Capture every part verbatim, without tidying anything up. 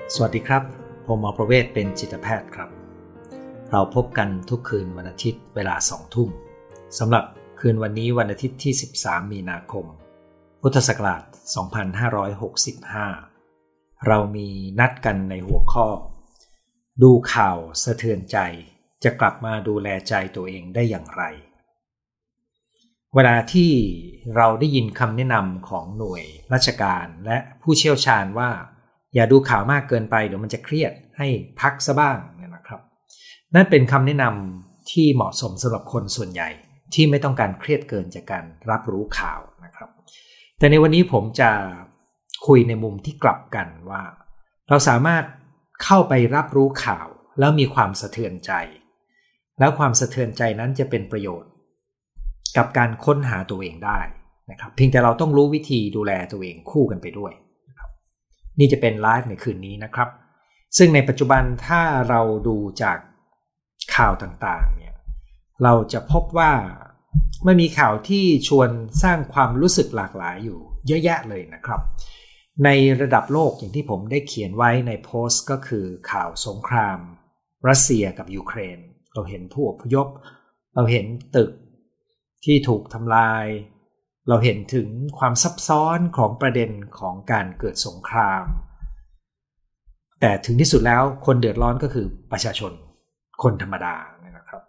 สวัสดีครับผมหมอประเวศเป็นจิตแพทย์ครับเราพบกันทุกคืนวันอาทิตย์เวลาสองทุ่มสำหรับคืนวันนี้วันอาทิตย์ที่สิบสามมีนาคมพุทธศักราชสองพันห้าร้อยหกสิบห้าเรามีนัดกันในหัวข้อดูข่าวสะเทือนใจจะกลับมาดูแลใจตัวเองได้อย่างไรเวลาที่เราได้ยินคำแนะนำของหน่วยราชการและผู้เชี่ยวชาญว่าอย่าดูข่าวมากเกินไปเดี๋ยวมันจะเครียดให้พักซะบ้างเนี่ยนะครับนั่นเป็นคำแนะนำที่เหมาะสมสำหรับคนส่วนใหญ่ที่ไม่ต้องการเครียดเกินจากการรับรู้ข่าวนะครับแต่ในวันนี้ผมจะคุยในมุมที่กลับกันว่าเราสามารถเข้าไปรับรู้ข่าวแล้วมีความสะเทือนใจแล้วความสะเทือนใจนั้นจะเป็นประโยชน์กับการค้นหาตัวเองได้นะครับเพียงแต่เราต้องรู้วิธีดูแลตัวเองคู่กันไปด้วยนะครับนี่จะเป็นไลฟ์ในคืนนี้นะครับซึ่งในปัจจุบันถ้าเราดูจากข่าวต่างๆเนี่ยเราจะพบว่ามันมีข่าวที่ชวนสร้างความรู้สึกหลากหลายอยู่เยอะแยะเลยนะครับในระดับโลกอย่างที่ผมได้เขียนไว้ในโพสต์ก็คือข่าวสงครามรัสเซียกับยูเครนเราเห็นผู้อพยพเราเห็นตึกที่ถูกทำลายเราเห็นถึงความซับซ้อนของประเด็นของการเกิดสงครามแต่ถึงที่สุดแล้วคนเดือดร้อนก็คือประชาชนคนธรรมดานะครับ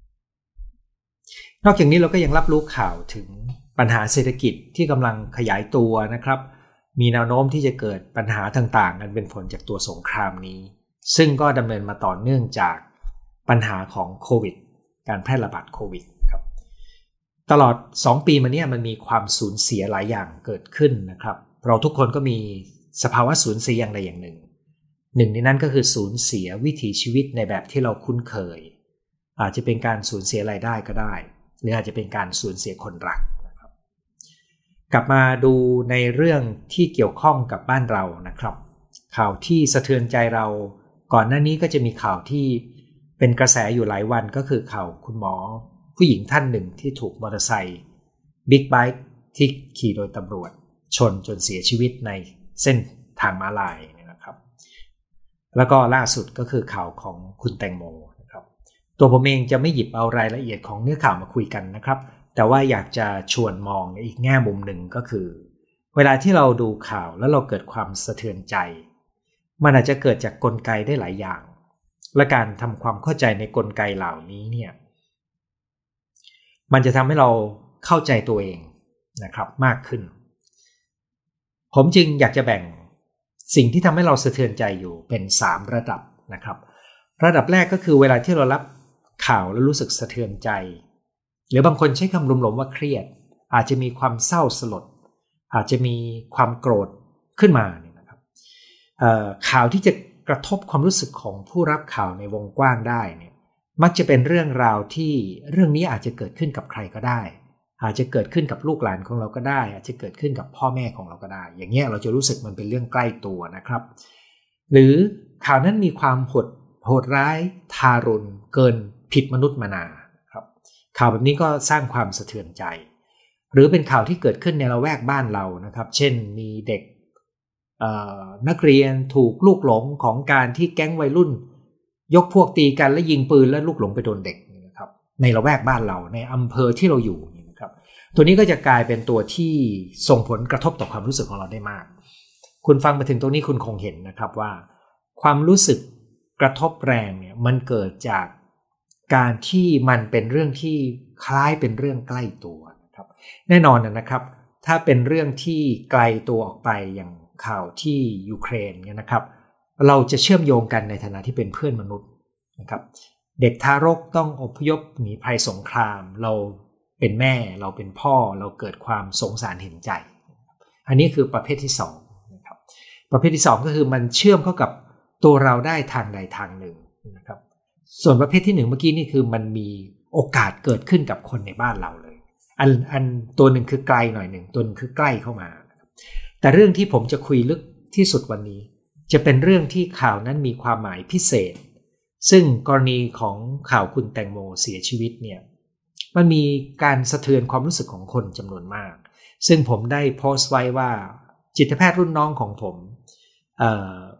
นอกจากนี้เราก็ยังรับรู้ข่าวถึงปัญหาเศรษฐกิจที่กำลังขยายตัวนะครับมีแนวโน้มที่จะเกิดปัญหาต่างๆกันเป็นผลจากตัวสงครามนี้ซึ่งก็ดำเนินมาต่อเนื่องจากปัญหาของโควิดการแพร่ระบาดโควิดครับตลอดสองปีมาเนี่ยมันมีความสูญเสียหลายอย่างเกิดขึ้นนะครับเราทุกคนก็มีสภาวะสูญเสียอย่างใดอย่างหนึ่งหนึ่งในนั้นก็คือสูญเสียวิถีชีวิตในแบบที่เราคุ้นเคยอาจจะเป็นการสูญเสียรายได้ก็ได้หรืออาจจะเป็นการสูญเสียคนรักนะครับกลับมาดูในเรื่องที่เกี่ยวข้องกับบ้านเรานะครับข่าวที่สะเทือนใจเราก่อนหน้านี้ก็จะมีข่าวที่เป็นกระแสอยู่หลายวันก็คือข่าวคุณหมอผู้หญิงท่านหนึ่งที่ถูกมอเตอร์ไซค์บิ๊กไบค์ที่ขี่โดยตำรวจชนจนเสียชีวิตในเส้นทางม้าลายนะครับแล้วก็ล่าสุดก็คือข่าวของคุณแตงโมนะครับตัวผมเองจะไม่หยิบเอารายละเอียดของเนื้อข่าวมาคุยกันนะครับแต่ว่าอยากจะชวนมองในอีกแง่มุมหนึ่งก็คือเวลาที่เราดูข่าวแล้วเราเกิดความสะเทือนใจมันอาจจะเกิดจากกลไกได้หลายอย่างและการทำความเข้าใจในกลไกเหล่านี้เนี่ยมันจะทำให้เราเข้าใจตัวเองนะครับมากขึ้นผมจึงอยากจะแบ่งสิ่งที่ทำให้เราสะเทือนใจอยู่เป็นสามระดับนะครับระดับแรกก็คือเวลาที่เรารับข่าวแล้วรู้สึกสะเทือนใจหรือบางคนใช้คำรวมๆว่าเครียดอาจจะมีความเศร้าสลดอาจจะมีความโกรธขึ้นมาเนี่ยนะครับข่าวที่จะกระทบความรู้สึกของผู้รับข่าวในวงกว้างได้เนี่ยมักจะเป็นเรื่องราวที่เรื่องนี้อาจจะเกิดขึ้นกับใครก็ได้อาจจะเกิดขึ้นกับลูกหลานของเราก็ได้อาจจะเกิดขึ้นกับพ่อแม่ของเราก็ได้อย่างเงี้ยเราจะรู้สึกมันเป็นเรื่องใกล้ตัวนะครับหรือข่าวนั้นมีความโหดโหดร้ายทารุณเกินผิดมนุษย์มนาครับข่าวแบบนี้ก็สร้างความสะเทือนใจหรือเป็นข่าวที่เกิดขึ้นในละแวกบ้านเรานะครับเช่นมีเด็กนักเรียนถูกลูกหลงของการที่แก๊งวัยรุ่นยกพวกตีกันและยิงปืนแล้วลูกหลงไปโดนเด็กนะครับในละแวกบ้านเราในอำเภอที่เราอยู่นะครับตัวนี้ก็จะกลายเป็นตัวที่ส่งผลกระทบต่อความรู้สึกของเราได้มากคุณฟังมาถึงตรงนี้คุณคงเห็นนะครับว่าความรู้สึกกระทบแรงเนี่ยมันเกิดจากการที่มันเป็นเรื่องที่คล้ายเป็นเรื่องใกล้ตัวนะครับแน่นอนนะครับถ้าเป็นเรื่องที่ไกลตัวออกไปอย่างข่าวที่ยูเครนเนี่ยนะครับเราจะเชื่อมโยงกันในฐานะที่เป็นเพื่อนมนุษย์นะครับเด็กทารกต้องอพยพหนีภัยสงครามเราเป็นแม่เราเป็นพ่อเราเกิดความสงสารเห็นใจอันนี้คือประเภทที่สองนะครับประเภทที่สองก็คือมันเชื่อมเข้ากับตัวเราได้ทางใดทางหนึ่งนะครับส่วนประเภทที่หนึ่งเมื่อกี้นี่คือมันมีโอกาสเกิดขึ้นกับคนในบ้านเราเลยอันอันตัวหนึ่งคือไกลหน่อยหนึ่งตัวนึงคือใกล้เข้ามาแต่เรื่องที่ผมจะคุยลึกที่สุดวันนี้จะเป็นเรื่องที่ข่าวนั้นมีความหมายพิเศษซึ่งกรณีของข่าวคุณแตงโมเสียชีวิตเนี่ยมันมีการสะเทือนความรู้สึกของคนจำนวนมากซึ่งผมได้โพสต์ไว้ว่าจิตแพทย์รุ่นน้องของผมเอ่อพ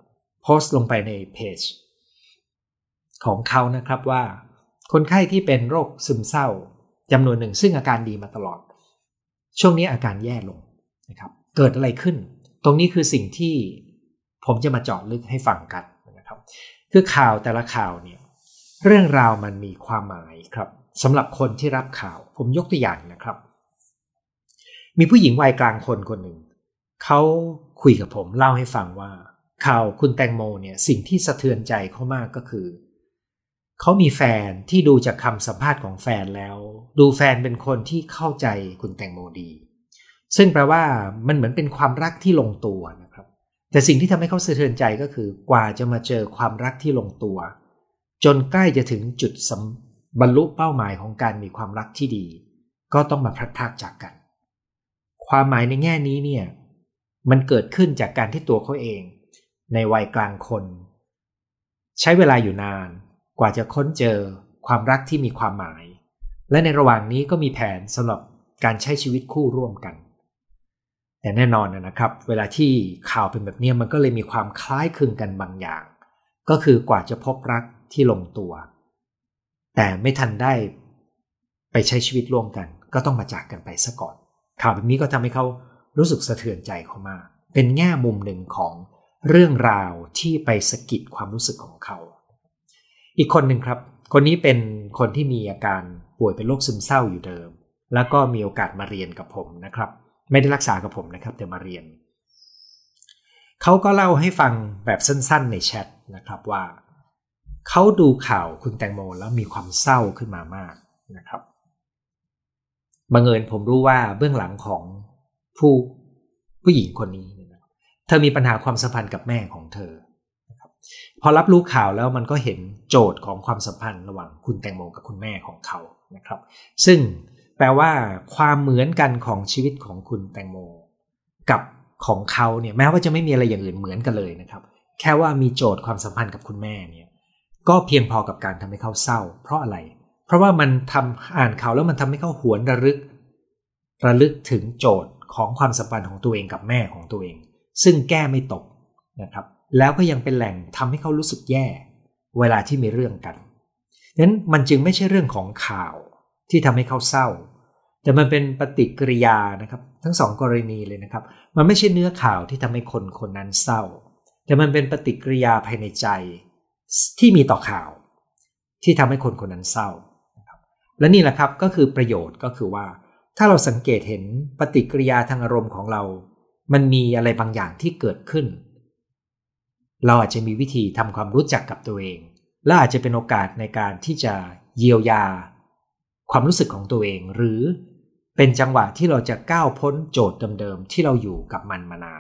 โพสต์ลงไปในเพจของเขานะครับว่าคนไข้ที่เป็นโรคซึมเศร้าจำนวนหนึ่งซึ่งอาการดีมาตลอดช่วงนี้อาการแย่ลงนะครับเกิดอะไรขึ้นตรงนี้คือสิ่งที่ผมจะมาเจาะลึกให้ฟังกันนะครับคือข่าวแต่ละข่าวเนี่ยเรื่องราวมันมีความหมายครับสำหรับคนที่รับข่าวผมยกตัวอย่างนะครับมีผู้หญิงวัยกลางคนคนหนึ่งเขาคุยกับผมเล่าให้ฟังว่าข่าวคุณแตงโมเนี่ยสิ่งที่สะเทือนใจเขามากก็คือเขามีแฟนที่ดูจากคำสัมภาษณ์ของแฟนแล้วดูแฟนเป็นคนที่เข้าใจคุณแตงโมดีซึ่งแปลว่ามันเหมือนเป็นความรักที่ลงตัวนะครับแต่สิ่งที่ทำให้เขาสะเทือนใจก็คือกว่าจะมาเจอความรักที่ลงตัวจนใกล้จะถึงจุดบรรลุเป้าหมายของการมีความรักที่ดีก็ต้องมาพลัดพรากจากกันความหมายในแง่นี้เนี่ยมันเกิดขึ้นจากการที่ตัวเขาเองในวัยกลางคนใช้เวลาอยู่นานกว่าจะค้นเจอความรักที่มีความหมายและในระหว่างนี้ก็มีแผนสำหรับการใช้ชีวิตคู่ร่วมกันแต่แน่นอนนะครับเวลาที่ข่าวเป็นแบบนี้มันก็เลยมีความคล้ายคลึงกันบางอย่างก็คือกว่าจะพบรักที่ลงตัวแต่ไม่ทันได้ไปใช้ชีวิตร่วมกันก็ต้องมาจากกันไปซะก่อนข่าวแบบนี้ก็ทำให้เขารู้สึกสะเทือนใจเขามากเป็นแง่มุมหนึ่งของเรื่องราวที่ไปสะกิดความรู้สึกของเขาอีกคนหนึ่งครับคนนี้เป็นคนที่มีอาการป่วยเป็นโรคซึมเศร้าอยู่เดิมแล้วก็มีโอกาสมาเรียนกับผมนะครับไม่ได้รักษากับผมนะครับแต่มาเรียนเขาก็เล่าให้ฟังแบบสั้นๆในแชทนะครับว่าเขาดูข่าวคุณแตงโมแล้วมีความเศร้าขึ้นมามากนะครับบังเอิญผมรู้ว่าเบื้องหลังของผู้ผู้หญิงคนนี้นะเธอมีปัญหาความสัมพันธ์กับแม่ของเธอนะครับพอรับรู้ข่าวแล้วมันก็เห็นโจทย์ของความสัมพันธ์ระหว่างคุณแตงโมกับคุณแม่ของเขานะครับซึ่งแปลว่าความเหมือนกันของชีวิตของคุณแตงโมกับของเขาเนี่ยแม้ว่าจะไม่มีอะไรอย่างอื่นเหมือนกันเลยนะครับแค่ว่ามีโจทย์ความสัมพันธ์กับคุณแม่เนี่ยก็เพียงพอกับการทำให้เขาเศร้าเพราะอะไรเพราะว่ามันทำอ่านข่าวแล้วมันทำให้เขาหวนระลึกระลึกถึงโจทย์ของความสัมพันธ์ของตัวเองกับแม่ของตัวเองซึ่งแก้ไม่ตกนะครับแล้วก็ยังเป็นแหล่งทำให้เขารู้สึกแย่เวลาที่มีเรื่องกันนั้นมันจึงไม่ใช่เรื่องของข่าวที่ทำให้เขาเศร้าแต่มันเป็นปฏิกิริยานะครับทั้งสองกรณีเลยนะครับมันไม่ใช่เนื้อข่าวที่ทำให้คนคนนั้นเศร้าแต่มันเป็นปฏิกิริยาภายในใจที่มีต่อข่าวที่ทำให้คนคนนั้นเศร้านะครับและนี่แหละครับก็คือประโยชน์ก็คือว่าถ้าเราสังเกตเห็นปฏิกิริยาทางอารมณ์ของเรามันมีอะไรบางอย่างที่เกิดขึ้นเราอาจจะมีวิธีทำความรู้จักกับตัวเองและอาจจะเป็นโอกาสในการที่จะเยียวยาความรู้สึกของตัวเองหรือเป็นจังหวะที่เราจะก้าวพ้นโจทย์เดิมๆที่เราอยู่กับมันมานาน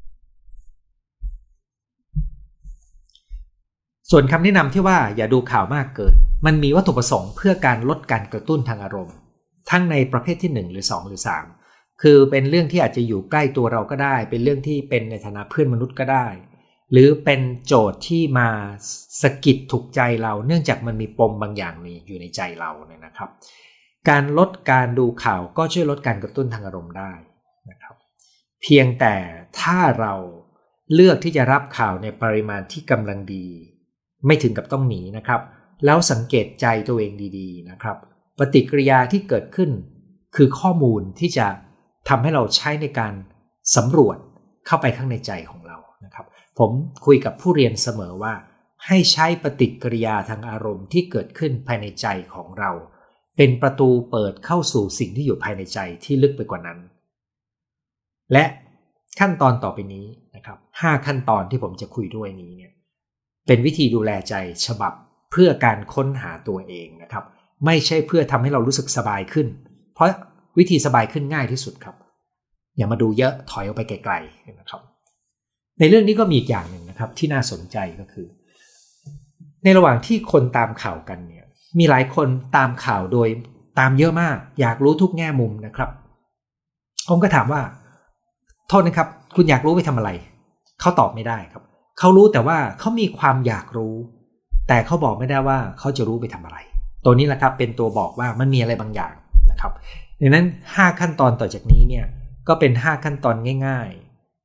ส่วนคำแนะนำที่ว่าอย่าดูข่าวมากเกินมันมีวัตถุประสงค์เพื่อการลดการกระตุ้นทางอารมณ์ทั้งในประเภทที่หนึ่งหรือสองหรือสามคือเป็นเรื่องที่อาจจะอยู่ใกล้ตัวเราก็ได้เป็นเรื่องที่เป็นในฐานะเพื่อนมนุษย์ก็ได้หรือเป็นโจทย์ที่มาสะกิดถูกใจเราเนื่องจากมันมีปมบางอย่างนี้อยู่ในใจเราเนี่ยนะครับการลดการดูข่าวก็ช่วยลดการกระตุ้นทางอารมณ์ได้นะครับเพียงแต่ถ้าเราเลือกที่จะรับข่าวในปริมาณที่กำลังดีไม่ถึงกับต้องหนีนะครับแล้วสังเกตใจตัวเองดีๆนะครับปฏิกิริยาที่เกิดขึ้นคือข้อมูลที่จะทำให้เราใช้ในการสำรวจเข้าไปข้างในใจของเรานะครับผมคุยกับผู้เรียนเสมอว่าให้ใช้ปฏิกิริยาทางอารมณ์ที่เกิดขึ้นภายในใจของเราเป็นประตูเปิดเข้าสู่สิ่งที่อยู่ภายในใจที่ลึกไปกว่านั้นและขั้นตอนต่อไปนี้นะครับห้าขั้นตอนที่ผมจะคุยด้วยนี้เนี่ยเป็นวิธีดูแลใจฉบับเพื่อการค้นหาตัวเองนะครับไม่ใช่เพื่อทำให้เรารู้สึกสบายขึ้นเพราะวิธีสบายขึ้นง่ายที่สุดครับอย่ามาดูเยอะถอยออกไปไกลๆนะครับในเรื่องนี้ก็มีอีกอย่างหนึ่งนะครับที่น่าสนใจก็คือในระหว่างที่คนตามข่าวกันเนี่ยมีหลายคนตามข่าวโดยตามเยอะมากอยากรู้ทุกแง่มุมนะครับผมก็ถามว่าโทษนะครับคุณอยากรู้ไปทำอะไรเขาตอบไม่ได้ครับเขารู้แต่ว่าเขามีความอยากรู้แต่เขาบอกไม่ได้ว่าเขาจะรู้ไปทำอะไรตัวนี้แหละครับเป็นตัวบอกว่ามันมีอะไรบางอย่างนะครับดังนั้นห้าขั้นตอนต่อจากนี้เนี่ยก็เป็นห้าขั้นตอนง่าย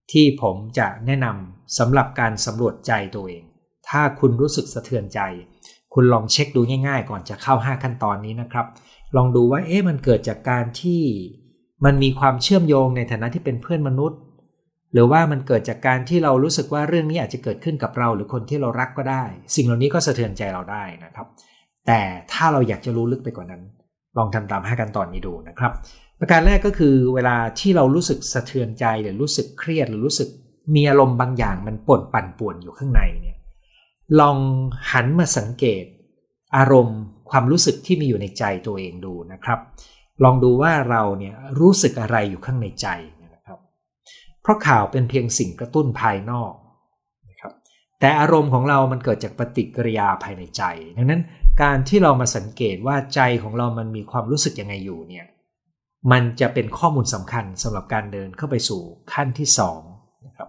ที่ผมจะแนะนำสำหรับการสำรวจใจตัวเองถ้าคุณรู้สึกสะเทือนใจคุณลองเช็คดูง่ายๆก่อนจะเข้าห้าขั้นตอนนี้นะครับลองดูว่าเอ๊ะมันเกิดจากการที่มันมีความเชื่อมโยงในฐานะที่เป็นเพื่อนมนุษย์หรือว่ามันเกิดจากการที่เรารู้สึกว่าเรื่องนี้อาจจะเกิดขึ้นกับเราหรือคนที่เรารักก็ได้สิ่งเหล่านี้ก็สะเทือนใจเราได้นะครับแต่ถ้าเราอยากจะรู้ลึกไปกว่านั้นลองทำตามห้าขั้นตอนนี้ดูนะครับประการแรกก็คือเวลาที่เรารู้สึกสะเทือนใจหรือรู้สึกเครียดหรือรู้สึกมีอารมณ์บางอย่างมันป่นปั่นป่วนอยู่ข้างในเนี่ยลองหันมาสังเกตอารมณ์ความรู้สึกที่มีอยู่ในใจตัวเองดูนะครับลองดูว่าเราเนี่ยรู้สึกอะไรอยู่ข้างในใจนะครับเพราะข่าวเป็นเพียงสิ่งกระตุ้นภายนอกนะครับแต่อารมณ์ของเรามันเกิดจากปฏิกิริยาภายในใจดังนั้นการที่เรามาสังเกตว่าใจของเรามันมีความรู้สึกยังไงอยู่เนี่ยมันจะเป็นข้อมูลสำคัญสำหรับการเดินเข้าไปสู่ขั้นที่สองนะครับ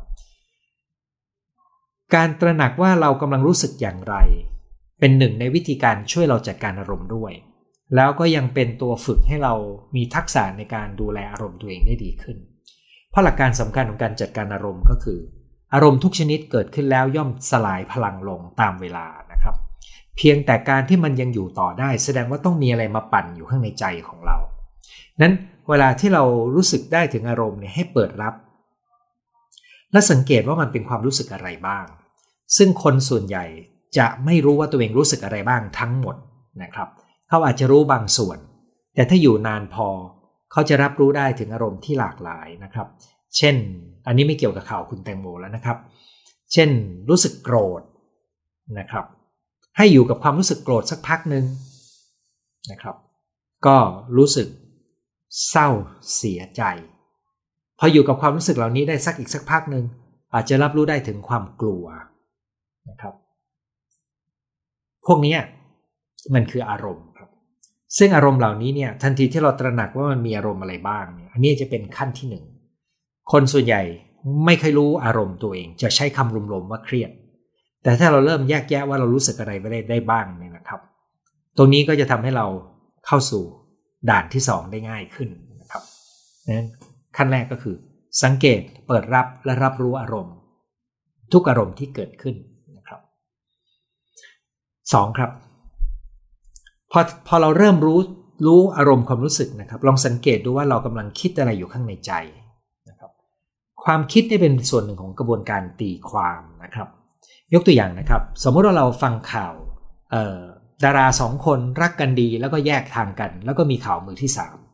การตระหนักว่าเรากำลังรู้สึกอย่างไรเป็นหนึ่งในวิธีการช่วยเราจัดการอารมณ์ด้วยแล้วก็ยังเป็นตัวฝึกให้เรามีทักษะในการดูแลอารมณ์ตัวเองได้ดีขึ้นเพราะหลักการสำคัญของการจัดการอารมณ์ก็คืออารมณ์ทุกชนิดเกิดขึ้นแล้วย่อมสลายพลังลงตามเวลานะครับเพียงแต่การที่มันยังอยู่ต่อได้แสดงว่าต้องมีอะไรมาปั่นอยู่ข้างในใจของเรานั้นเวลาที่เรารู้สึกได้ถึงอารมณ์เนี่ยให้เปิดรับและสังเกตว่ามันเป็นความรู้สึกอะไรบ้างซึ่งคนส่วนใหญ่จะไม่รู้ว่าตัวเองรู้สึกอะไรบ้างทั้งหมดนะครับเขาอาจจะรู้บางส่วนแต่ถ้าอยู่นานพอเขาจะรับรู้ได้ถึงอารมณ์ที่หลากหลายนะครับเช่นอันนี้ไม่เกี่ยวกับข่าวคุณแตงโมแล้วนะครับเช่นรู้สึกโกรธนะครับให้อยู่กับความรู้สึกโกรธสักพักนึงนะครับก็รู้สึกเศร้าเสียใจพออยู่กับความรู้สึกเหล่านี้ได้สักอีกสักพักนึงอาจจะรับรู้ได้ถึงความกลัวนะครับพวกนี้มันคืออารมณ์ครับซึ่งอารมณ์เหล่านี้เนี่ยทันทีที่เราตระหนักว่ามันมีอารมณ์อะไรบ้างเนี่ยอันนี้จะเป็นขั้นที่หนึ่งคนส่วนใหญ่ไม่เคยรู้อารมณ์ตัวเองจะใช้คำรวมๆว่าเครียดแต่ถ้าเราเริ่มแยกแยะว่าเรารู้สึกอะไรไปได้บ้างเนี่ยนะครับตรงนี้ก็จะทำให้เราเข้าสู่ด่านที่สองได้ง่ายขึ้นนะครับนั้นขั้นแรกก็คือสังเกตเปิดรับและรับรู้อารมณ์ทุกอารมณ์ที่เกิดขึ้นนะครับสองครับพอพอเราเริ่มรู้รู้อารมณ์ความรู้สึกนะครับลองสังเกตดูว่าเรากำลังคิดอะไรอยู่ข้างในใจนะครับความคิดนี่เป็นส่วนหนึ่งของกระบวนการตีความนะครับยกตัวอย่างนะครับสมมติว่าเราฟังข่าวดาราสองคนรักกันดีแล้วก็แยกทางกันแล้วก็มีข่าวมือที่สาม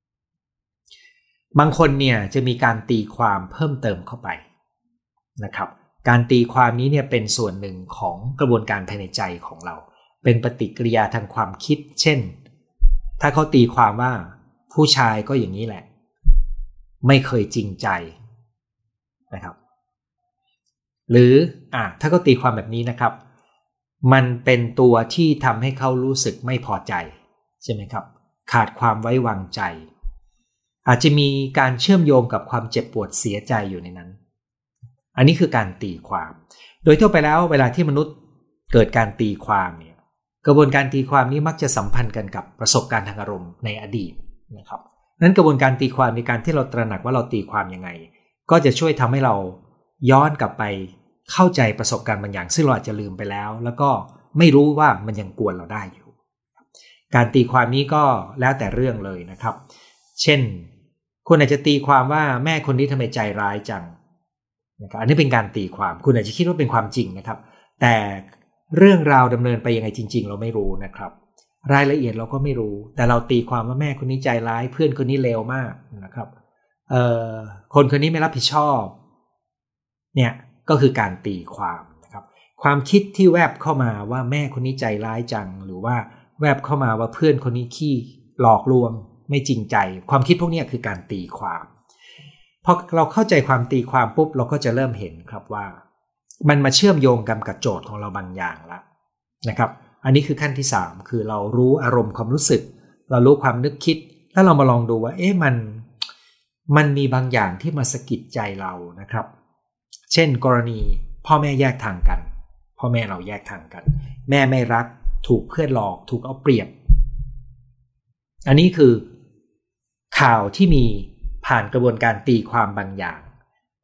บางคนเนี่ยจะมีการตีความเพิ่มเติมเข้าไปนะครับการตีความนี้เนี่ยเป็นส่วนหนึ่งของกระบวนการภายในใจของเราเป็นปฏิกิริยาทางความคิดเช่นถ้าเขาตีความว่าผู้ชายก็อย่างนี้แหละไม่เคยจริงใจนะครับหรืออ่ะถ้าเขาตีความแบบนี้นะครับมันเป็นตัวที่ทำให้เขารู้สึกไม่พอใจใช่ไหมครับขาดความไว้วางใจอาจจะมีการเชื่อมโยงกับความเจ็บปวดเสียใจอยู่ในนั้นอันนี้คือการตีความโดยทั่วไปแล้วเวลาที่มนุษย์เกิดการตีความเนี่ยกระบวนการตีความนี้มักจะสัมพันธ์กันกับประสบการณ์ทางอารมณ์ในอดีตนะครับนั้นกระบวนการตีความในการที่เราตระหนักว่าเราตีความยังไงก็จะช่วยทำให้เราย้อนกลับไปเข้าใจประสบการณ์บางอย่างซึ่งเราอาจจะลืมไปแล้วแล้วก็ไม่รู้ว่ามันยังกวนเราได้อยู่การตีความนี้ก็แล้วแต่เรื่องเลยนะครับเช่นคุณอาจจะตีความว่าแม่คนนี้ทำไมใจร้ายจังนะครับอันนี้เป็นการตีความคุณอาจจะคิดว่าเป็นความจริงนะครับแต่เรื่องราวดำเนินไปยังไงจริงๆเราไม่รู้นะครับรายละเอียดเราก็ไม่รู้แต่เราตีความว่าแม่คนนี้ใจร้ายเพื่อนคนนี้เลวมากนะครับเอ่อคนคนนี้ไม่รับผิดชอบเนี่ยก็คือการตีความนะครับความคิดที่แวบเข้ามาว่าแม่คนนี้ใจร้ายจังหรือว่าแวบเข้ามาว่าเพื่อนคนนี้ขี้หลอกลวงไม่จริงใจความคิดพวกนี้คือการตีความพอเราเข้าใจความตีความปุ๊บเราก็จะเริ่มเห็นครับว่ามันมาเชื่อมโยงกันกับโจทย์ของเราบางอย่างแล้วนะครับอันนี้คือขั้นที่สามคือเรารู้อารมณ์ความรู้สึกเรารู้ความนึกคิดแล้วเรามาลองดูว่าเอ๊ะมันมันมีบางอย่างที่มาสะกิดใจเรานะครับเช่นกรณีพ่อแม่แยกทางกันพ่อแม่เราแยกทางกันแม่ไม่รักถูกเพื่อนหลอกถูกเอาเปรียบอันนี้คือข่าวที่มีผ่านกระบวนการตีความบางอย่าง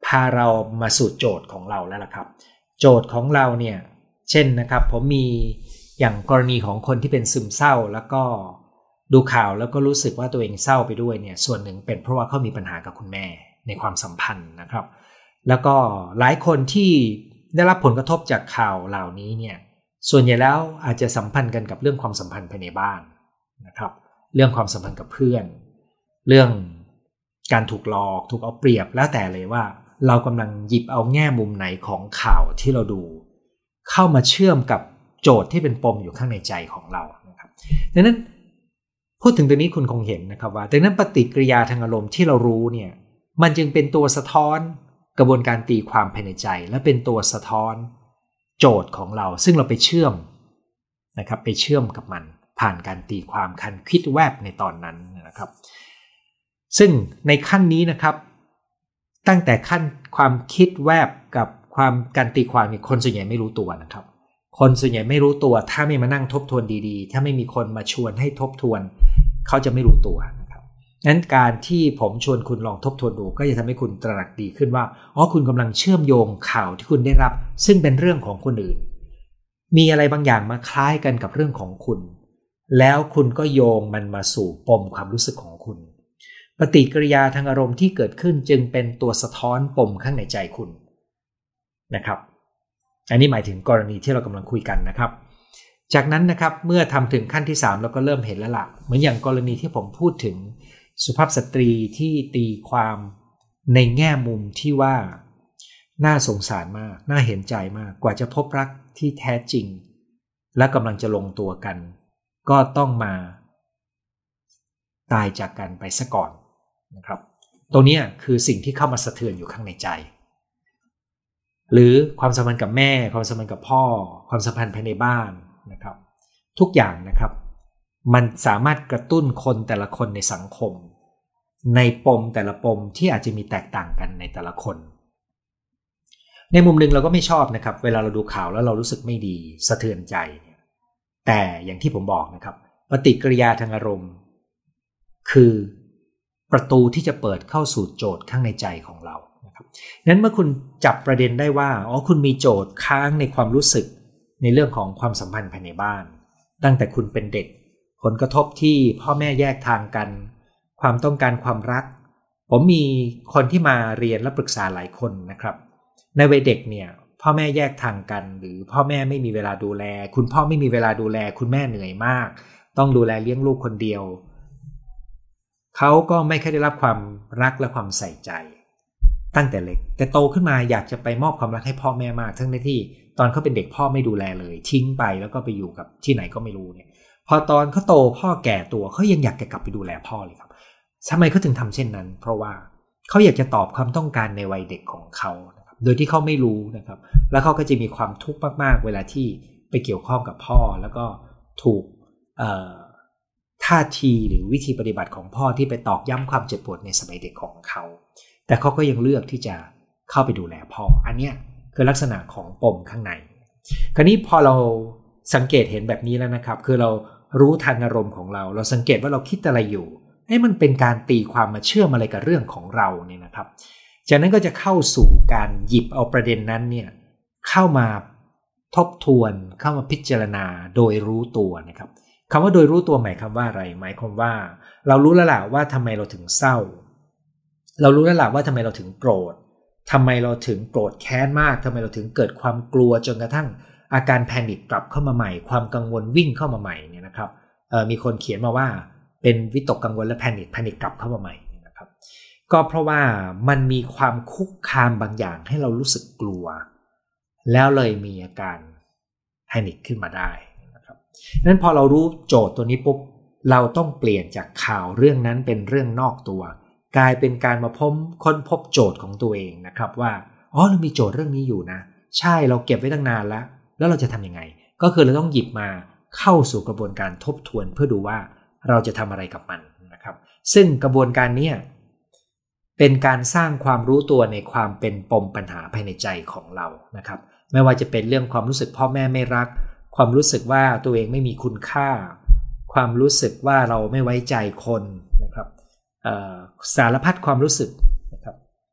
พาเรามาสู่โจทย์ของเราแล้วล่ะครับโจทย์ของเราเนี่ยเช่นนะครับผมมีอย่างกรณีของคนที่เป็นซึมเศร้าแล้วก็ดูข่าวแล้วก็รู้สึกว่าตัวเองเศร้าไปด้วยเนี่ยส่วนหนึ่งเป็นเพราะว่าเขามีปัญหากับคุณแม่ในความสัมพันธ์นะครับแล้วก็หลายคนที่ได้รับผลกระทบจากข่าวเหล่านี้เนี่ยส่วนใหญ่แล้วอาจจะสัมพันธ์กันกับเรื่องความสัมพันธ์ภายในบ้านนะครับเรื่องความสัมพันธ์กับเพื่อนเรื่องการถูกหลอกถูกเอาเปรียบแล้วแต่เลยว่าเรากำลังหยิบเอาแง่มุมไหนของข่าวที่เราดูเข้ามาเชื่อมกับโจทย์ที่เป็นปมอยู่ข้างในใจของเรานะครับดังนั้นพูดถึงตรงนี้คุณคงเห็นนะครับว่าดังนั้นปฏิกิริยาทางอารมณ์ที่เรารู้เนี่ยมันจึงเป็นตัวสะท้อนกระบวนการตีความภายในใจและเป็นตัวสะท้อนโจทย์ของเราซึ่งเราไปเชื่อมนะครับไปเชื่อมกับมันผ่านการตีความคันคิดแวบในตอนนั้นนะครับซึ่งในขั้นนี้นะครับตั้งแต่ขั้นความคิดแวบกับความการตีความนี่คนส่วนใหญ่ไม่รู้ตัวนะครับคนส่วนใหญ่ไม่รู้ตัวถ้าไม่มานั่งทบทวนดีๆถ้าไม่มีคนมาชวนให้ทบทวนเขาจะไม่รู้ตัวนะครับงั้นการที่ผมชวนคุณลองทบทวนดูก็จะทำให้คุณตระหนักดีขึ้นว่าอ๋อคุณกำลังเชื่อมโยงข่าวที่คุณได้รับซึ่งเป็นเรื่องของคนอื่นมีอะไรบางอย่างมาคล้ายกันกับเรื่องของคุณแล้วคุณก็โยงมันมาสู่ปมความรู้สึกของคุณปฏิกิริยาทางอารมณ์ที่เกิดขึ้นจึงเป็นตัวสะท้อนปมข้างในใจคุณนะครับอันนี้หมายถึงกรณีที่เรากำลังคุยกันนะครับจากนั้นนะครับเมื่อทำถึงขั้นที่สามเราก็เริ่มเห็นแล้วล่ะเหมือนอย่างกรณีที่ผมพูดถึงสุภาพสตรีที่ตีความในแง่มุมที่ว่าน่าสงสารมากน่าเห็นใจมากกว่าจะพบรักที่แท้จริงและกำลังจะลงตัวกันก็ต้องมาตายจากกันไปซะก่อนนะครับตรงนี้คือสิ่งที่เข้ามาสะเทือนอยู่ข้างในใจหรือความสัมพันธ์กับแม่ความสัมพันธ์กับพ่อความสัมพันธ์ภายในบ้านนะครับทุกอย่างนะครับมันสามารถกระตุ้นคนแต่ละคนในสังคมในปมแต่ละปมที่อาจจะมีแตกต่างกันในแต่ละคนในมุมหนึ่งเราก็ไม่ชอบนะครับเวลาเราดูข่าวแล้วเรารู้สึกไม่ดีสะเทือนใจแต่อย่างที่ผมบอกนะครับปฏิกิริยาทางอารมณ์คือประตูที่จะเปิดเข้าสู่โจทย์ข้างในใจของเรานะครับนั้นเมื่อคุณจับประเด็นได้ว่าอ๋อคุณมีโจทย์ค้างในความรู้สึกในเรื่องของความสัมพันธ์ภายในบ้านตั้งแต่คุณเป็นเด็กผลกระทบที่พ่อแม่แยกทางกันความต้องการความรักผมมีคนที่มาเรียนและปรึกษาหลายคนนะครับในวัยเด็กเนี่ยพ่อแม่แยกทางกันหรือพ่อแม่ไม่มีเวลาดูแลคุณพ่อไม่มีเวลาดูแลคุณแม่เหนื่อยมากต้องดูแลเลี้ยงลูกคนเดียวเขาก็ไม่เคยได้รับความรักและความใส่ใจตั้งแต่เล็กแต่โตขึ้นมาอยากจะไปมอบความรักให้พ่อแม่มากทั้งที่ตอนเขาเป็นเด็กพ่อไม่ดูแลเลยทิ้งไปแล้วก็ไปอยู่กับที่ไหนก็ไม่รู้เนี่ยพอตอนเขาโตพ่อแก่ตัวเขายังอยากจะกลับไปดูแลพ่อเลยครับทำไมเขาถึงทำเช่นนั้นเพราะว่าเขาอยากจะตอบความต้องการในวัยเด็กของเขานะครับโดยที่เขาไม่รู้นะครับแล้วเขาก็จะมีความทุกข์มากๆเวลาที่ไปเกี่ยวข้องกับพ่อแล้วก็ถูกท่าทีหรือวิธีปฏิบัติของพ่อที่ไปตอกย้ำความเจ็บปวดในสมัยเด็กของเขาแต่เขาก็ยังเลือกที่จะเข้าไปดูแลพ่ออันเนี้ยคือลักษณะของปมข้างในคราวนี้พอเราสังเกตเห็นแบบนี้แล้วนะครับคือเรารู้ทันอารมณ์ของเราเราสังเกตว่าเราคิดอะไรอยู่ให้มันเป็นการตีความมาเชื่อมอะไรกับเรื่องของเราเนี่ยนะครับจากนั้นก็จะเข้าสู่การหยิบเอาประเด็นนั้นเนี่ยเข้ามาทบทวนเข้ามาพิจารณาโดยรู้ตัวนะครับคำว่าโดยรู้ตัวหมายความว่าอะไรหมายความว่าเรารู้แล้วล่ะว่าทำไมเราถึงเศร้าเรารู้แล้วล่ะว่าทำไมเราถึงโกรธทำไมเราถึงโกรธแค้นมากทำไมเราถึงเกิดความกลัวจนกระทั่งอาการแพนิคกลับเข้ามาใหม่ความกังวลวิ่งเข้ามาใหม่เนี่ยนะครับมีคนเขียนมาว่าเป็นวิตกกังวลและแพนิคแพนิคกลับเข้ามาใหม่นะครับก็เพราะว่ามันมีความคุกคามบางอย่างให้เรารู้สึกกลัวแล้วเลยมีอาการแพนิคขึ้นมาได้นะครับนั้นพอเรารู้โจทย์ตัวนี้ปุ๊บเราต้องเปลี่ยนจากข่าวเรื่องนั้นเป็นเรื่องนอกตัวกลายเป็นการมาพบค้นพบโจทย์ของตัวเองนะครับว่าอ๋อเรามีโจทย์เรื่องนี้อยู่นะใช่เราเก็บไว้ตั้งนานแล้วแล้วเราจะทำยังไงก็คือเราต้องหยิบมาเข้าสู่กระบวนการทบทวนเพื่อดูว่าเราจะทำอะไรกับมันนะครับซึ่งกระบวนการนี้เป็นการสร้างความรู้ตัวในความเป็นปมปัญหาภายในใจของเรานะครับไม่ว่าจะเป็นเรื่องความรู้สึกพ่อแม่ไม่รักความรู้สึกว่าตัวเองไม่มีคุณค่าความรู้สึกว่าเราไม่ไว้ใจคนนะครับสารพัดความรู้สึกนะครับ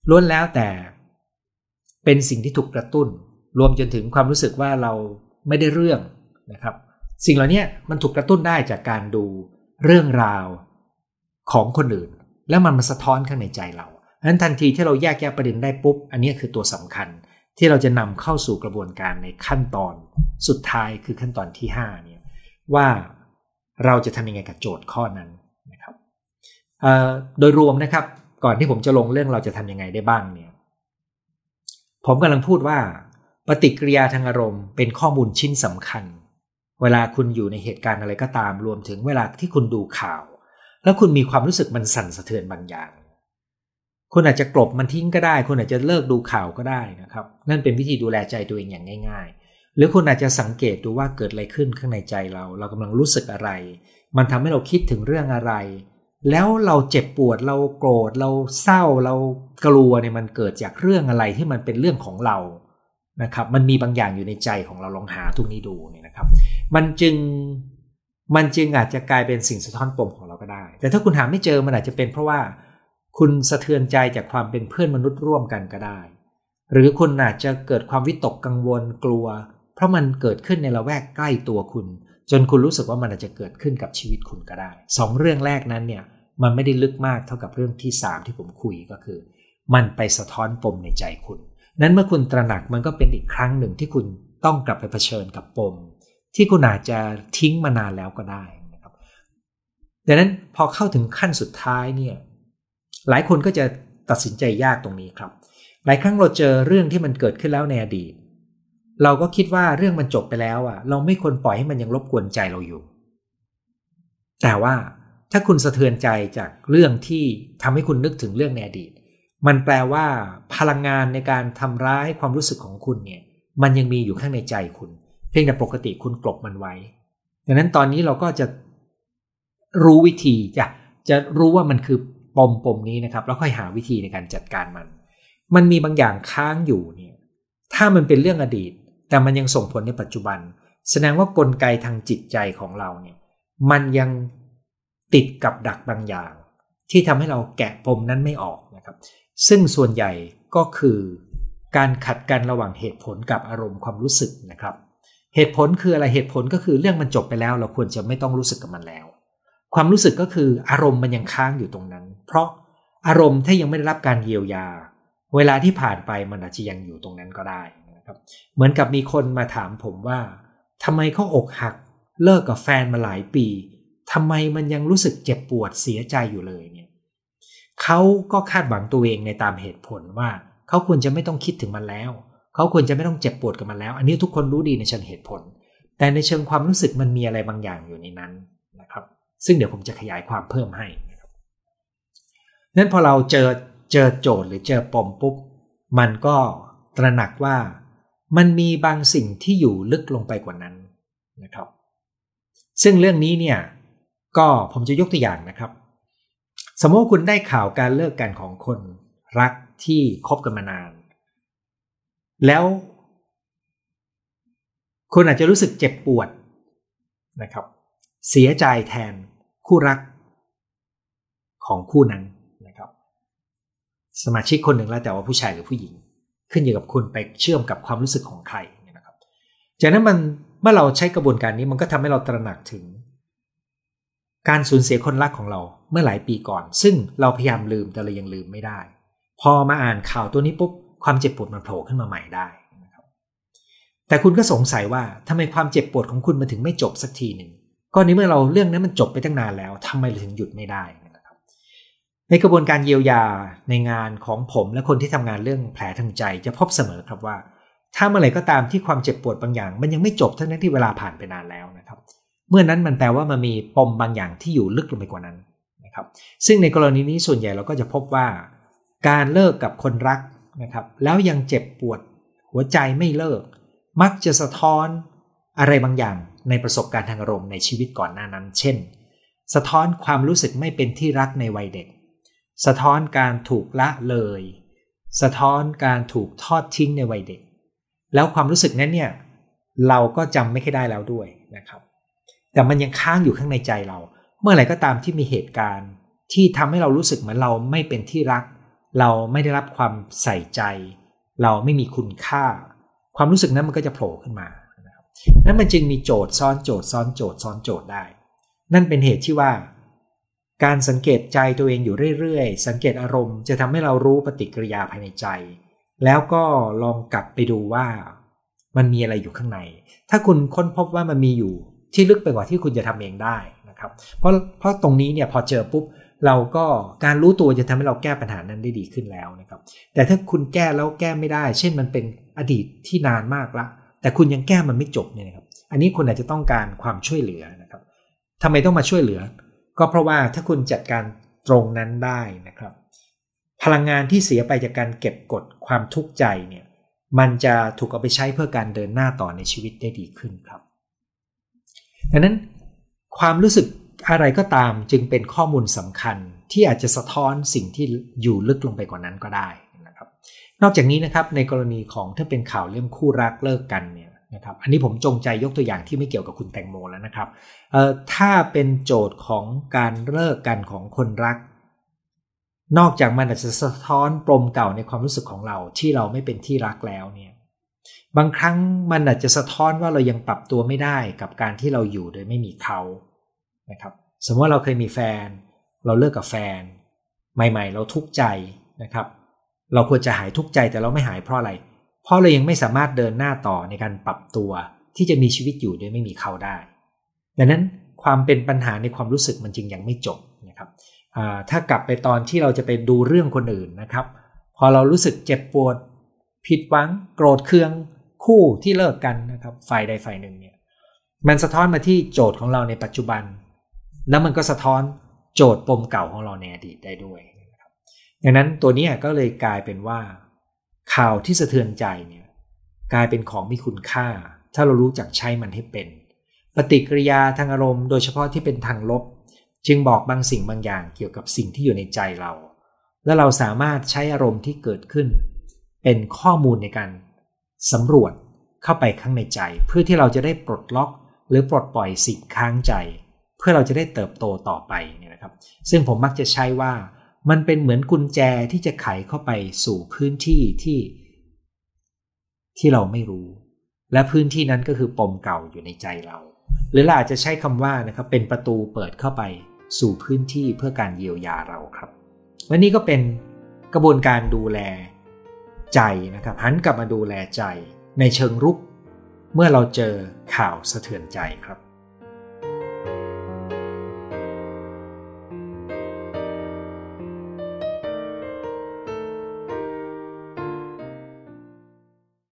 ล้วนแล้วแต่เป็นสิ่งที่ถูกกระตุ้นรวมจนถึงความรู้สึกว่าเราไม่ได้เรื่องนะครับสิ่งเหล่านี้มันถูกกระตุ้นได้จากการดูเรื่องราวของคนอื่นแล้วมันมาสะท้อนข้างในใจเราฉะนั้นทันทีที่เราแยกแยะประเด็นได้ปุ๊บอันนี้คือตัวสำคัญที่เราจะนำเข้าสู่กระบวนการในขั้นตอนสุดท้ายคือขั้นตอนที่ห้าเนี่ยว่าเราจะทำยังไงกับโจทย์ข้อนั้นนะครับโดยรวมนะครับก่อนที่ผมจะลงเรื่องเราจะทำยังไงได้บ้างเนี่ยผมกำลังพูดว่าปฏิกิริยาทางอารมณ์เป็นข้อมูลชิ้นสำคัญเวลาคุณอยู่ในเหตุการณ์อะไรก็ตามรวมถึงเวลาที่คุณดูข่าวแล้วคุณมีความรู้สึกมันสั่นสะเทือนบางอย่างคุณอาจจะกลบมันทิ้งก็ได้คุณอาจจะเลิกดูข่าวก็ได้นะครับนั่นเป็นวิธีดูแลใจตัวเองอย่างง่ายๆหรือคุณอาจจะสังเกตดูว่าเกิดอะไรขึ้นข้างในใจเราเรากำลังรู้สึกอะไรมันทำให้เราคิดถึงเรื่องอะไรแล้วเราเจ็บปวดเราโกรธเราเศร้าเรากลัวเนี่ยมันเกิดจากเรื่องอะไรที่มันเป็นเรื่องของเรานะครับมันมีบางอย่างอยู่ในใจของเราลองหาตรงนี้ดูเนี่ยนะครับมันจึงมันจึงอาจจะกลายเป็นสิ่งสะท้อนปมของเราก็ได้แต่ถ้าคุณหาไม่เจอมันอาจจะเป็นเพราะว่าคุณสะเทือนใจจากความเป็นเพื่อนมนุษย์ร่วมกันก็ได้หรือคุณอาจจะเกิดความวิตกกังวลกลัวเพราะมันเกิดขึ้นในละแวกใกล้ตัวคุณจนคุณรู้สึกว่ามันอาจจะเกิดขึ้นกับชีวิตคุณก็ได้สองเรื่องแรกนั้นเนี่ยมันไม่ได้ลึกมากเท่ากับเรื่องที่สามที่ผมคุยก็คือมันไปสะท้อนปมในใจคุณนั้นเมื่อคุณตระหนักมันก็เป็นอีกครั้งหนึ่งที่คุณต้องกลับไปเผชิญกับปมที่คุณอาจจะทิ้งมานานแล้วก็ได้นะครับดังนั้นพอเข้าถึงขั้นสุดท้ายเนี่ยหลายคนก็จะตัดสินใจยากตรงนี้ครับหลายครั้งเราเจอเรื่องที่มันเกิดขึ้นแล้วในอดีตเราก็คิดว่าเรื่องมันจบไปแล้วอ่ะเราไม่ควรปล่อยให้มันยังรบกวนใจเราอยู่แต่ว่าถ้าคุณสะเทือนใจจากเรื่องที่ทำให้คุณนึกถึงเรื่องในอดีตมันแปลว่าพลังงานในการทำร้ายความรู้สึกของคุณเนี่ยมันยังมีอยู่ข้างในใจคุณเพียงแต่ปกติคุณกลบมันไว้ดังนั้นตอนนี้เราก็จะรู้วิธีจะจะรู้ว่ามันคือปมปมนี้นะครับแล้วค่อยหาวิธีในการจัดการมันมันมีบางอย่างค้างอยู่เนี่ยถ้ามันเป็นเรื่องอดีตแต่มันยังส่งผลในปัจจุบันแสดงว่ากลไกทางจิตใจของเราเนี่ยมันยังติดกับดักบางอย่างที่ทำให้เราแกะปมนั้นไม่ออกนะครับซึ่งส่วนใหญ่ก็คือการขัดกันระหว่างเหตุผลกับอารมณ์ความรู้สึกนะครับเหตุผลคืออะไรเหตุผลก็คือเรื่องมันจบไปแล้วเราควรจะไม่ต้องรู้สึกกับมันแล้วความรู้สึกก็คืออารมณ์มันยังค้างอยู่ตรงนั้นเพราะอารมณ์ถ้ายังไม่ได้รับการเยียวยาเวลาที่ผ่านไปมันอาจจะยังอยู่ตรงนั้นก็ได้นะครับเหมือนกับมีคนมาถามผมว่าทำไมเขาอกหักเลิกกับแฟนมาหลายปีทำไมมันยังรู้สึกเจ็บปวดเสียใจอยู่เลยเนี่ยเขาก็คาดหวังตัวเองในตามเหตุผลว่าเขาควรจะไม่ต้องคิดถึงมันแล้วเขาควรจะไม่ต้องเจ็บปวดกับมันแล้วอันนี้ทุกคนรู้ดีในเชิงเหตุผลแต่ในเชิงความรู้สึกมันมีอะไรบางอย่างอยู่ในนั้นนะครับซึ่งเดี๋ยวผมจะขยายความเพิ่มให้นะครับนั้นพอเราเจอเจอโจทย์หรือเจอปมปุ๊บมันก็ตระหนักว่ามันมีบางสิ่งที่อยู่ลึกลงไปกว่านั้นนะครับซึ่งเรื่องนี้เนี่ยก็ผมจะยกตัวอย่างนะครับสมมติว่าคุณได้ข่าวการเลิกกันของคนรักที่คบกันมานานแล้วคุณอาจจะรู้สึกเจ็บปวดนะครับเสียใจแทนคู่รักของคู่นั้นนะครับสมาชิกคนหนึ่งแล้วแต่ว่าผู้ชายหรือผู้หญิงขึ้นอยู่กับคุณไปเชื่อมกับความรู้สึกของใครนะครับจากนั้นมันเมื่อเราใช้กระบวนการนี้มันก็ทำให้เราตระหนักถึงการสูญเสียคนรักของเราเมื่อหลายปีก่อนซึ่งเราพยายามลืมแต่เรายังลืมไม่ได้พอมาอ่านข่าวตัวนี้ปุ๊บความเจ็บปวดมันโผล่ขึ้นมาใหม่ได้นะครับแต่คุณก็สงสัยว่าทำไมความเจ็บปวดของคุณมันถึงไม่จบสักทีหนึ่งก็ในเมื่อเราเรื่องนั้นมันจบไปตั้งนานแล้วทำไมเราถึงหยุดไม่ได้นะครับในกระบวนการเยียวยาในงานของผมและคนที่ทำงานเรื่องแผลทางใจจะพบเสมอครับว่าถ้าเมื่อไหร่ก็ตามที่ความเจ็บปวดบางอย่างมันยังไม่จบทั้งนั้นที่เวลาผ่านไปนานแล้วนะครับเมื่อนั้นมันแปลว่ามันมีปมบางอย่างที่อยู่ลึกลงไปกว่านั้นนะครับซึ่งในกรณีนี้ส่วนใหญ่เราก็จะพบว่าการเลิกกับคนรักนะครับแล้วยังเจ็บปวดหัวใจไม่เลิกมักจะสะท้อนอะไรบางอย่างในประสบการณ์ทางอารมณ์ในชีวิตก่อนหน้านั้นเช่นสะท้อนความรู้สึกไม่เป็นที่รักในวัยเด็กสะท้อนการถูกละเลยสะท้อนการถูกทอดทิ้งในวัยเด็กแล้วความรู้สึกนั้นเนี่ยเราก็จำไม่ค่อยได้แล้วด้วยนะครับแต่มันยังค้างอยู่ข้างในใจเราเมื่อไหร่ก็ตามที่มีเหตุการณ์ที่ทำให้เรารู้สึกเหมือนเราไม่เป็นที่รักเราไม่ได้รับความใส่ใจเราไม่มีคุณค่าความรู้สึกนั้นมันก็จะโผล่ขึ้นมานะครับนั้นมันจึงมีโจทย์ซ้อนโจทย์ซ้อนโจทย์ซ้อนโจทย์ได้นั่นเป็นเหตุที่ว่าการสังเกตใจตัวเองอยู่เรื่อยๆสังเกตอารมณ์จะทำให้เรารู้ปฏิกิริยาภายในใจแล้วก็ลองกลับไปดูว่ามันมีอะไรอยู่ข้างในถ้าคุณค้นพบว่ามันมีอยู่ที่ลึกไปกว่าที่คุณจะทำเองได้นะครับเพราะเพราะตรงนี้เนี่ยพอเจอปุ๊บเราก็การรู้ตัวจะทำให้เราแก้ปัญหานั้นได้ดีขึ้นแล้วนะครับแต่ถ้าคุณแก้แล้วแก้ไม่ได้เช่นมันเป็นอดีตที่นานมากละแต่คุณยังแก้มันไม่จบเนี่ยนะครับอันนี้คุณอาจจะต้องการความช่วยเหลือนะครับทำไมต้องมาช่วยเหลือก็เพราะว่าถ้าคุณจัดการตรงนั้นได้นะครับพลังงานที่เสียไปจากการเก็บกดความทุกข์ใจเนี่ยมันจะถูกเอาไปใช้เพื่อการเดินหน้าต่อในชีวิตได้ดีขึ้นครับดังนั้นความรู้สึกอะไรก็ตามจึงเป็นข้อมูลสำคัญที่อาจจะสะท้อนสิ่งที่อยู่ลึกลงไปกว่านั้นก็ได้นะครับนอกจากนี้นะครับในกรณีของถ้าเป็นข่าวเรื่องคู่รักเลิกกันเนี่ยนะครับอันนี้ผมจงใจยกตัวอย่างที่ไม่เกี่ยวกับคุณแตงโมแล้วนะครับเอ่อถ้าเป็นโจทย์ของการเลิกกันของคนรักนอกจากมันอาจจะสะท้อนปมเก่าในความรู้สึกของเราที่เราไม่เป็นที่รักแล้วเนี่ยบางครั้งมันอาจจะสะท้อนว่าเรายังปรับตัวไม่ได้กับการที่เราอยู่โดยไม่มีเขานะครับสมมติว่าเราเคยมีแฟนเราเลิกกับแฟนใหม่ๆเราทุกข์ใจนะครับเราควรจะหายทุกข์ใจแต่เราไม่หายเพราะอะไรเพราะเรายังไม่สามารถเดินหน้าต่อในการปรับตัวที่จะมีชีวิตอยู่โดยไม่มีเขาได้ดังนั้นความเป็นปัญหาในความรู้สึกมันจึงยังไม่จบนะครับถ้ากลับไปตอนที่เราจะไปดูเรื่องคนอื่นนะครับพอเรารู้สึกเจ็บปวดผิดหวังโกรธเคืองคู่ที่เลิกกันนะครับฝ่ายใดฝ่ายหนึ่งเนี่ยมันสะท้อนมาที่โจทย์ของเราในปัจจุบันแล้วมันก็สะท้อนโจทย์ปมเก่าของเราในอดีตได้ด้วยนะครับดังนั้นตัวนี้ก็เลยกลายเป็นว่าข่าวที่สะเทือนใจเนี่ยกลายเป็นของมีคุณค่าถ้าเรารู้จักใช้มันให้เป็นปฏิกิริยาทางอารมณ์โดยเฉพาะที่เป็นทางลบจึงบอกบางสิ่งบางอย่างเกี่ยวกับสิ่งที่อยู่ในใจเราและเราสามารถใช้อารมณ์ที่เกิดขึ้นเป็นข้อมูลในการสำรวจเข้าไปข้างในใจเพื่อที่เราจะได้ปลดล็อกหรือปลดปล่อยสิ่งค้างใจเพื่อเราจะได้เติบโตต่อไปเนี่ยนะครับซึ่งผมมักจะใช้ว่ามันเป็นเหมือนกุญแจที่จะไขเข้าไปสู่พื้นที่ที่ที่เราไม่รู้และพื้นที่นั้นก็คือปมเก่าอยู่ในใจเราหรือเราอาจจะใช้คำว่านะครับเป็นประตูเปิดเข้าไปสู่พื้นที่เพื่อการเยียวยาเราครับและนี่ก็เป็นกระบวนการดูแลใจนะครับหันกลับมาดูแลใจในเชิงรุกเมื่อเราเจอข่าวสะเทือนใจครับ